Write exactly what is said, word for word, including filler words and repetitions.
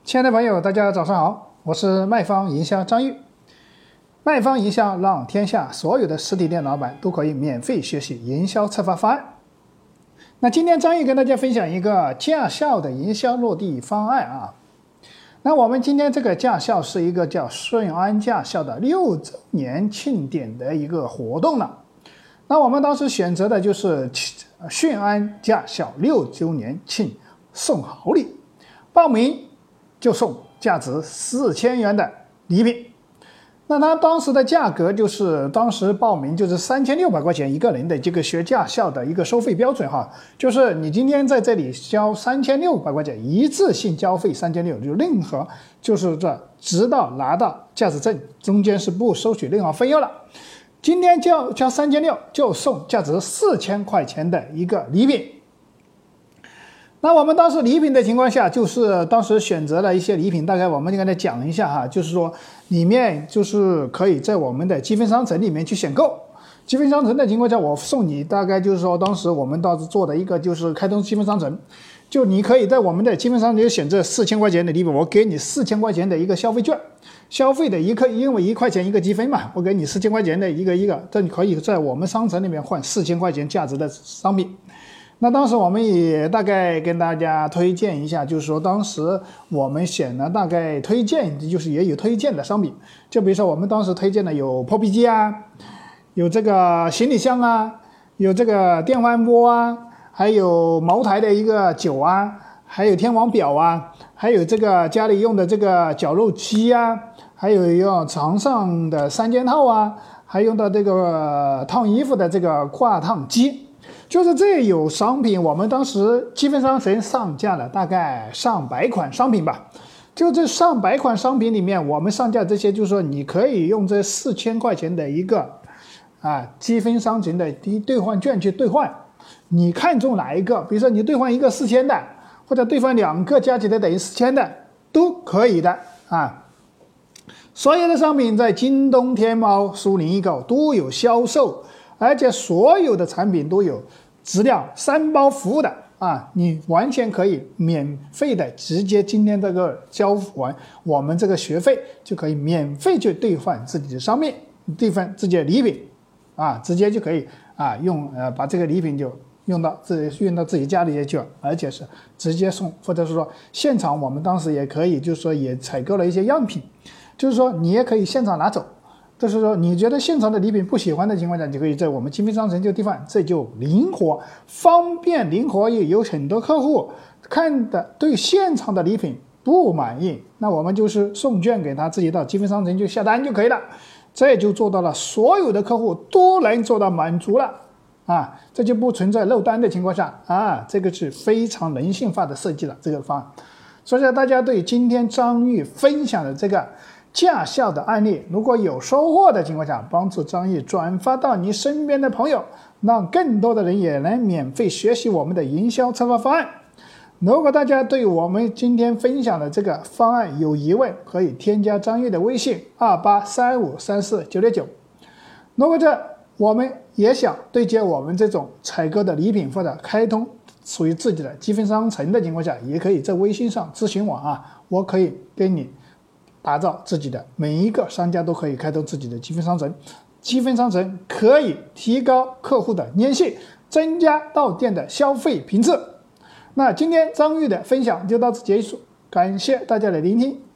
亲爱的朋友，大家早上好，我是卖方营销张玉。卖方营销让天下所有的实体店老板都可以免费学习营销策划方案。那今天张玉跟大家分享一个驾校的营销落地方案啊。那我们今天这个驾校是一个叫顺安驾校的六周年庆典的一个活动了。那我们当时选择的就是顺安驾校六周年庆送好礼，报名就送价值四千元的礼品。那它当时的价格就是当时报名就是三千六百块钱一个人的这个学驾校的一个收费标准哈，就是你今天在这里交三千六百块钱，一次性交费三千六，就任何就是这直到拿到驾驶证中间是不收取任何费用了。今天交交三千六就送价值四千块钱的一个礼品。那我们当时礼品的情况下，就是当时选择了一些礼品，大概我们就跟他讲一下哈，就是说里面就是可以在我们的积分商城里面去选购。积分商城的情况下，我送你大概就是说，当时我们当时做的一个就是开通积分商城，就你可以在我们的积分商城选择四千块钱的礼品，我给你四千块钱的一个消费券，消费的一个因为一块钱一个积分嘛，我给你四千块钱的一个一个，这你可以在我们商城里面换四千块钱价值的商品。那当时我们也大概跟大家推荐一下，就是说当时我们选了大概推荐，就是也有推荐的商品，就比如说我们当时推荐的有破壁机啊，有这个行李箱啊，有这个电饭锅啊，还有茅台的一个酒啊，还有天王表啊，还有这个家里用的这个绞肉机啊，还有用床上的三件套啊，还用到这个烫衣服的这个挂烫机。就是这有商品，我们当时积分商城上架了大概上百款商品吧。就这上百款商品里面，我们上架这些，就是说你可以用这四千块钱的一个啊积分商城的兑换券去兑换。你看中哪一个？比如说你兑换一个四千的，或者兑换两个加起来等于四千的，都可以的啊。所有的商品在京东、天猫、苏宁易购都有销售。而且所有的产品都有质量三包服务的啊，你完全可以免费的直接今天这个交完我们这个学费就可以免费去兑换自己的商品，兑换自己的礼品啊，直接就可以啊用呃把这个礼品就用到自己运到自己家里去了，而且是直接送，或者是说现场我们当时也可以就是说也采购了一些样品，就是说你也可以现场拿走。就是说你觉得现场的礼品不喜欢的情况下，你可以在我们积分商城就兑换，这就灵活方便灵活。也有很多客户看的对现场的礼品不满意，那我们就是送券给他，自己到积分商城就下单就可以了，这就做到了所有的客户都能做到满足了啊，这就不存在漏单的情况下啊，这个是非常人性化的设计了这个方案。所以大家对今天张玉分享的这个驾校的案例如果有收获的情况下，帮助张玉转发到你身边的朋友，让更多的人也能免费学习我们的营销策划方案。如果大家对我们今天分享的这个方案有疑问，可以添加张玉的微信二八三五三四九六九。如果这我们也想对接我们这种采购的礼品或者开通属于自己的积分商城的情况下，也可以在微信上咨询我啊，我可以跟你打造自己的，每一个商家都可以开通自己的积分商城，积分商城可以提高客户的粘性，增加到店的消费频次。那今天张玉的分享就到此结束，感谢大家的聆听。